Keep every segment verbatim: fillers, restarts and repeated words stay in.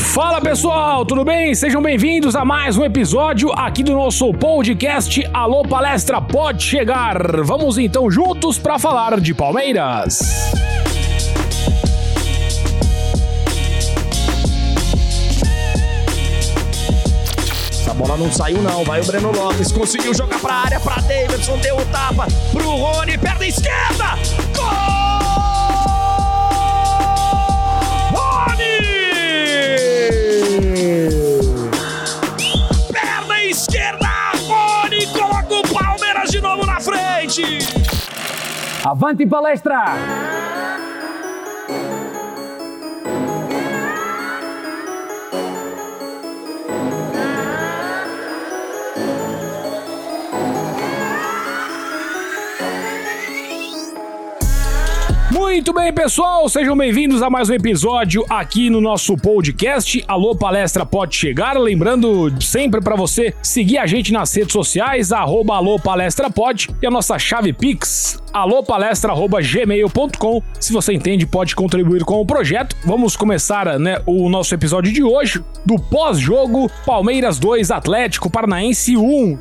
Fala pessoal, tudo bem? Sejam bem-vindos a mais um episódio aqui do nosso podcast Alô Palestra Pode Chegar. Vamos então juntos para falar de Palmeiras. A bola não saiu não, vai o Breno Lopes, conseguiu jogar pra área, pra Davidson, deu o tapa pro Rony, perna esquerda, gol! Rony! Perna esquerda, Rony, coloca o Palmeiras de novo na frente! Avante Palestra! Muito bem, pessoal, sejam bem-vindos a mais um episódio aqui no nosso podcast Alô Palestra Pode Chegar. Lembrando sempre para você seguir a gente nas redes sociais, arroba Alô Palestra Pode, e a nossa chave Pix, alopalestra arroba gmail ponto com. Se você entende, pode contribuir com o projeto. Vamos começar, né, o nosso episódio de hoje do pós-jogo Palmeiras dois, Atlético Paranaense um.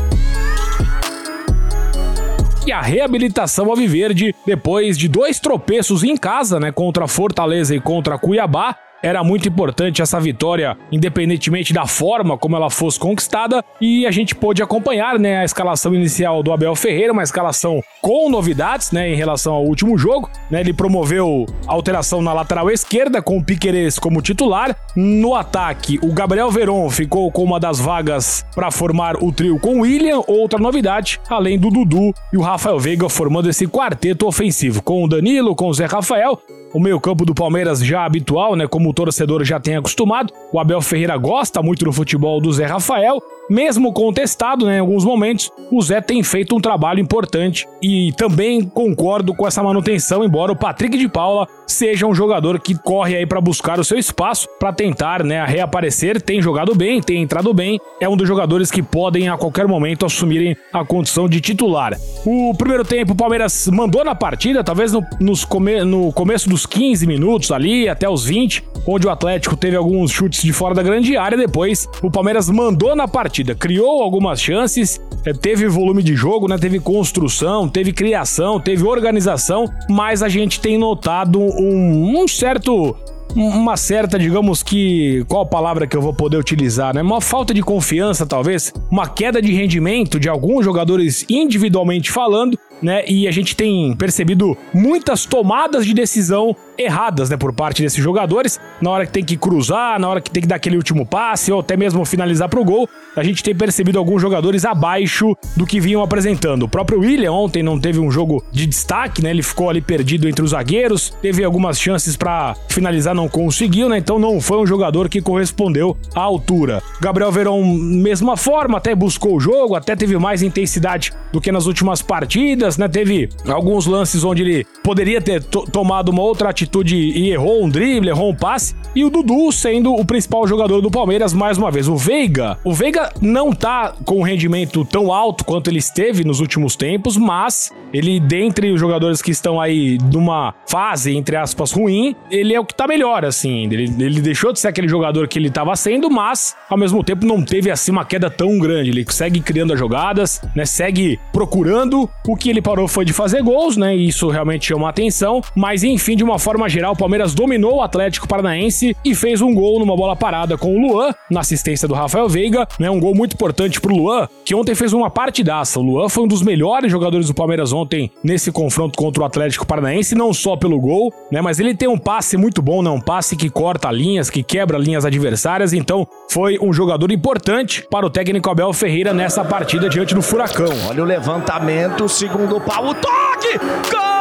E a reabilitação alviverde, depois de dois tropeços em casa, né, contra Fortaleza e contra Cuiabá. Era muito importante essa vitória, independentemente da forma como ela fosse conquistada, e a gente pôde acompanhar, né, a escalação inicial do Abel Ferreira, uma escalação com novidades, né, em relação ao último jogo, né. Ele promoveu alteração na lateral esquerda com o Piquerez como titular. No ataque, o Gabriel Veron ficou com uma das vagas para formar o trio com o William, outra novidade, além do Dudu e o Rafael Veiga formando esse quarteto ofensivo, com o Danilo, com o Zé Rafael. O meio-campo do Palmeiras já habitual, né, como o torcedor já tem acostumado. O Abel Ferreira gosta muito do futebol do Zé Rafael, mesmo contestado, né, em alguns momentos. O Zé tem feito um trabalho importante e também concordo com essa manutenção, embora o Patrick de Paula seja um jogador que corre aí para buscar o seu espaço, para tentar, né, reaparecer. Tem jogado bem, tem entrado bem, é um dos jogadores que podem a qualquer momento assumirem a condição de titular. O primeiro tempo o Palmeiras mandou na partida, talvez no, nos come, no começo dos quinze minutos ali, até os vinte, onde o Atlético teve alguns chutes de fora da grande área. Depois o Palmeiras mandou na partida, criou algumas chances, teve volume de jogo, né? Teve construção, teve criação, teve organização, mas a gente tem notado um, um certo... uma certa, digamos que... qual a palavra que eu vou poder utilizar, né? Uma falta de confiança, talvez, uma queda de rendimento de alguns jogadores individualmente falando, né? E a gente tem percebido muitas tomadas de decisão erradas, né, por parte desses jogadores, na hora que tem que cruzar, na hora que tem que dar aquele último passe, ou até mesmo finalizar pro gol. A gente tem percebido alguns jogadores abaixo do que vinham apresentando. O próprio William ontem não teve um jogo de destaque, né? Ele ficou ali perdido entre os zagueiros, teve algumas chances para finalizar, não conseguiu, né? Então não foi um jogador que correspondeu à altura. Gabriel Veron, mesma forma, até buscou o jogo, até teve mais intensidade do que nas últimas partidas, né? Teve alguns lances onde ele poderia ter to- tomado uma outra atitude e errou um drible, errou um passe. E o Dudu sendo o principal jogador do Palmeiras mais uma vez. O Veiga, o Veiga não tá com um rendimento tão alto quanto ele esteve nos últimos tempos, mas ele, dentre os jogadores que estão aí numa fase, entre aspas, ruim, ele é o que tá melhor, assim. Ele, ele deixou de ser aquele jogador que ele tava sendo, mas ao mesmo tempo não teve assim uma queda tão grande. Ele segue criando as jogadas, né? Segue procurando. O que ele parou foi de fazer gols, né? E isso realmente chama a atenção. Mas enfim, de uma forma geral, o Palmeiras dominou o Atlético Paranaense e fez um gol numa bola parada com o Luan, na assistência do Rafael Veiga, né? Um gol muito importante pro Luan, que ontem fez uma partidaça. O Luan foi um dos melhores jogadores do Palmeiras ontem nesse confronto contra o Atlético Paranaense, não só pelo gol, né? Mas ele tem um passe muito bom, né? Um passe que corta linhas, que quebra linhas adversárias. Então foi um jogador importante para o técnico Abel Ferreira nessa partida diante do Furacão. Olha o levantamento, segundo pau, o toque! Gol!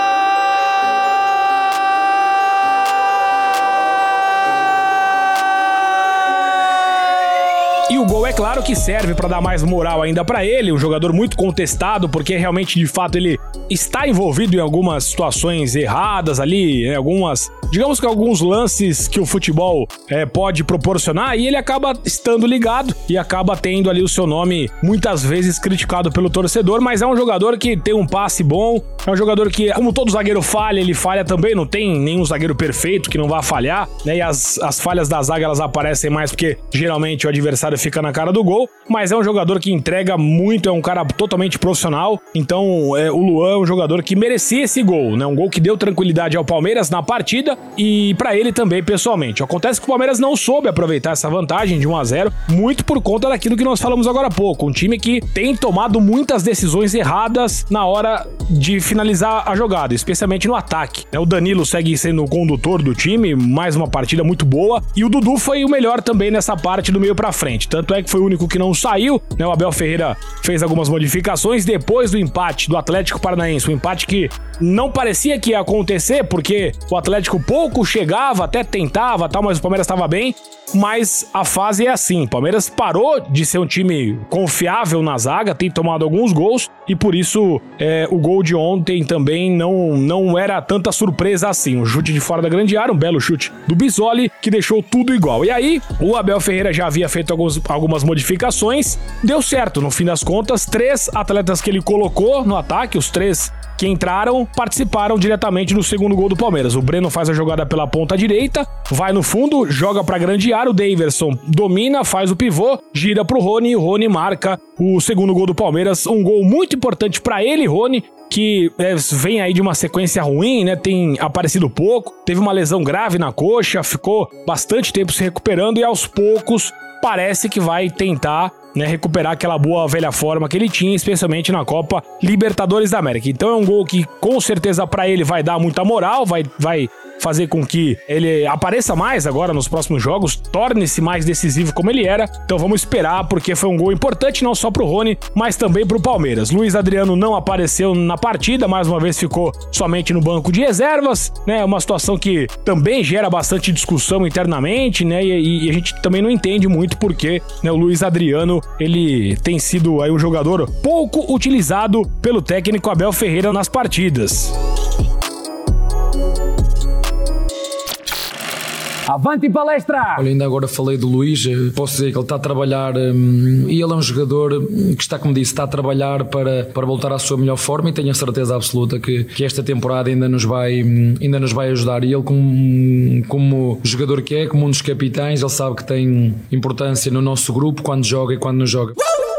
E o gol, é claro que serve para dar mais moral ainda para ele, um jogador muito contestado, porque realmente, de fato, ele está envolvido em algumas situações erradas ali, né, algumas, digamos que alguns lances que o futebol é, pode proporcionar, e ele acaba estando ligado e acaba tendo ali o seu nome muitas vezes criticado pelo torcedor, mas é um jogador que tem um passe bom, é um jogador que, como todo zagueiro falha, ele falha também, não tem nenhum zagueiro perfeito que não vá falhar, né, e as, as falhas da zaga elas aparecem mais porque geralmente o adversário fica na cara do gol, mas é um jogador que entrega muito, é um cara totalmente profissional, então é, o Luan é um jogador que merecia esse gol, né, um gol que deu tranquilidade ao Palmeiras na partida e pra ele também pessoalmente. Acontece que o Palmeiras não soube aproveitar essa vantagem de um a zero, muito por conta daquilo que nós falamos agora há pouco, um time que tem tomado muitas decisões erradas na hora de finalizar a jogada, especialmente no ataque. O Danilo segue sendo o condutor do time, mais uma partida muito boa, e o Dudu foi o melhor também nessa parte do meio pra frente, tanto é que foi o único que não saiu, né? O Abel Ferreira fez algumas modificações depois do empate do Atlético Paranaense, um empate que não parecia que ia acontecer, porque o Atlético pouco chegava, até tentava, tal, mas o Palmeiras estava bem, mas a fase é assim, o Palmeiras parou de ser um time confiável na zaga, tem tomado alguns gols, e por isso é, o gol de ontem também não, não era tanta surpresa assim, um chute de fora da grande área, um belo chute do Bisoli, que deixou tudo igual. E aí, o Abel Ferreira já havia feito alguns, algumas modificações, deu certo, no fim das contas, três atletas que ele colocou no ataque, os três que entraram, participaram diretamente do segundo gol do Palmeiras. O Breno faz a jogada pela ponta direita, vai no fundo, joga pra grande área, o Daverson domina, faz o pivô, gira pro Rony e o Rony marca o segundo gol do Palmeiras, um gol muito importante pra ele, Rony, que é, vem aí de uma sequência ruim, né? Tem aparecido pouco, teve uma lesão grave na coxa, ficou bastante tempo se recuperando e aos poucos parece que vai tentar, né, recuperar aquela boa velha forma que ele tinha, especialmente na Copa Libertadores da América. Então é um gol que com certeza para ele vai dar muita moral, vai, vai fazer com que ele apareça mais agora nos próximos jogos, torne-se mais decisivo como ele era. Então vamos esperar, porque foi um gol importante não só pro Rony, mas também pro Palmeiras. Luiz Adriano não apareceu na partida, mais uma vez ficou somente no banco de reservas, né? Uma situação que também gera bastante discussão internamente, né? E, e a gente também não entende muito porque, né, o Luiz Adriano, ele tem sido aí um jogador pouco utilizado pelo técnico Abel Ferreira nas partidas. Avante palestra! Olha, ainda agora falei do Luís, posso dizer que ele está a trabalhar, um, e ele é um jogador que está, como disse, está a trabalhar para, para voltar à sua melhor forma, e tenho a certeza absoluta que, que esta temporada ainda nos vai, ainda nos vai ajudar. E ele, como, como jogador que é, como um dos capitães, ele sabe que tem importância no nosso grupo, quando joga e quando não joga.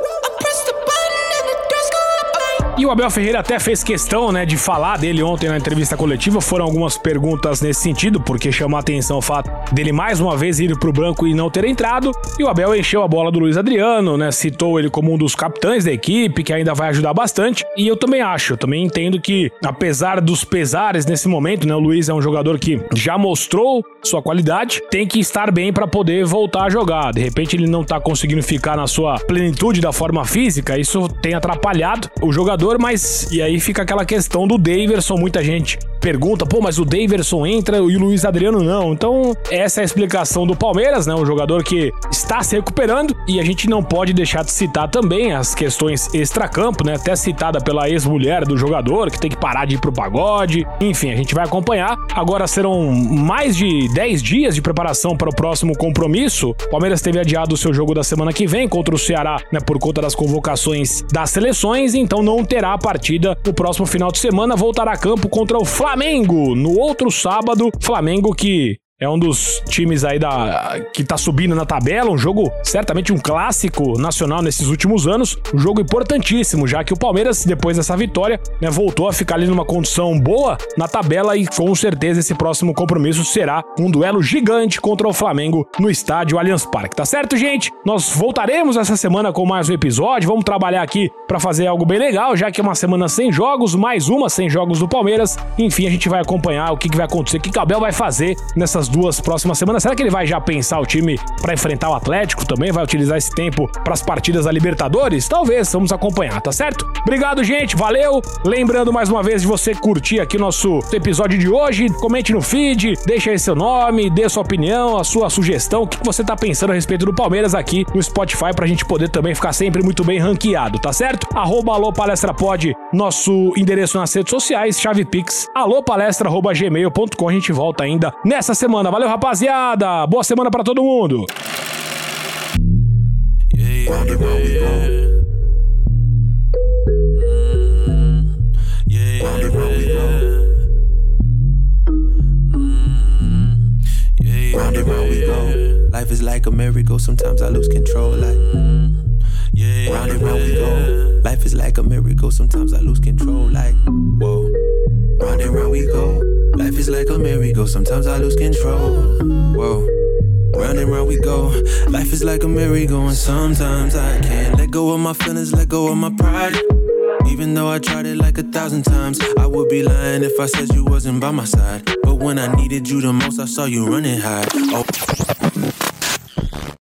E o Abel Ferreira até fez questão, né, de falar dele ontem na entrevista coletiva. Foram algumas perguntas nesse sentido, porque chamou a atenção o fato dele mais uma vez ir pro branco e não ter entrado. E o Abel encheu a bola do Luiz Adriano, né, citou ele como um dos capitães da equipe, que ainda vai ajudar bastante. E eu também acho, eu também entendo que, apesar dos pesares nesse momento, né, o Luiz é um jogador que já mostrou sua qualidade, tem que estar bem para poder voltar a jogar. De repente ele não tá conseguindo ficar na sua plenitude da forma física, isso tem atrapalhado o jogador. Mas, e aí fica aquela questão do Daverson, muita gente pergunta, pô, mas o Daverson entra e o Luiz Adriano não. Então, essa é a explicação do Palmeiras, né? Um jogador que está se recuperando, e a gente não pode deixar de citar também as questões extracampo, né? Até citada pela ex-mulher do jogador, que tem que parar de ir pro pagode. Enfim, a gente vai acompanhar. Agora serão mais de dez dias de preparação para o próximo compromisso. O Palmeiras teve adiado o seu jogo da semana que vem contra o Ceará, né? Por conta das convocações das seleções, então não terá a partida no próximo final de semana. Voltará a campo contra o Flamengo no outro sábado. Flamengo que é um dos times aí da, que tá subindo na tabela, um jogo, certamente um clássico nacional nesses últimos anos, um jogo importantíssimo, já que o Palmeiras, depois dessa vitória, né, voltou a ficar ali numa condição boa na tabela, e com certeza esse próximo compromisso será um duelo gigante contra o Flamengo no estádio Allianz Parque, tá certo, gente? Nós voltaremos essa semana com mais um episódio, vamos trabalhar aqui pra fazer algo bem legal, já que é uma semana sem jogos, mais uma sem jogos do Palmeiras. Enfim, a gente vai acompanhar o que, que vai acontecer, o que o Abel vai fazer nessas nas duas próximas semanas. Será que ele vai já pensar o time para enfrentar o Atlético também? Vai utilizar esse tempo para as partidas da Libertadores? Talvez, vamos acompanhar, tá certo? Obrigado, gente, valeu! Lembrando mais uma vez de você curtir aqui nosso episódio de hoje, comente no feed, deixa aí seu nome, dê sua opinião, a sua sugestão, o que você tá pensando a respeito do Palmeiras aqui no Spotify pra gente poder também ficar sempre muito bem ranqueado, tá certo? Arroba Alô Palestra Pod, nosso endereço nas redes sociais, chave Pix, alopalestra arroba gmail ponto com. A gente volta ainda nessa semana. Valeu, rapaziada! Boa semana pra todo mundo! Yeah, yeah, yeah. Round and round we go. Life is like a merry-go. Sometimes I lose control. Like, mm, yeah. Round and round we go. Life is like a merry-go. Sometimes I lose control. Like, whoa. Round and round we go. Life is like a merry-go. Sometimes I lose control. Whoa. Round and round we go. Life is like a merry-go, and sometimes I can't let go of my feelings, let go of my pride. Even though I tried it like a thousand times, I would be lying if I said you wasn't by my side. But when I needed you the most, I saw you running high. Oh.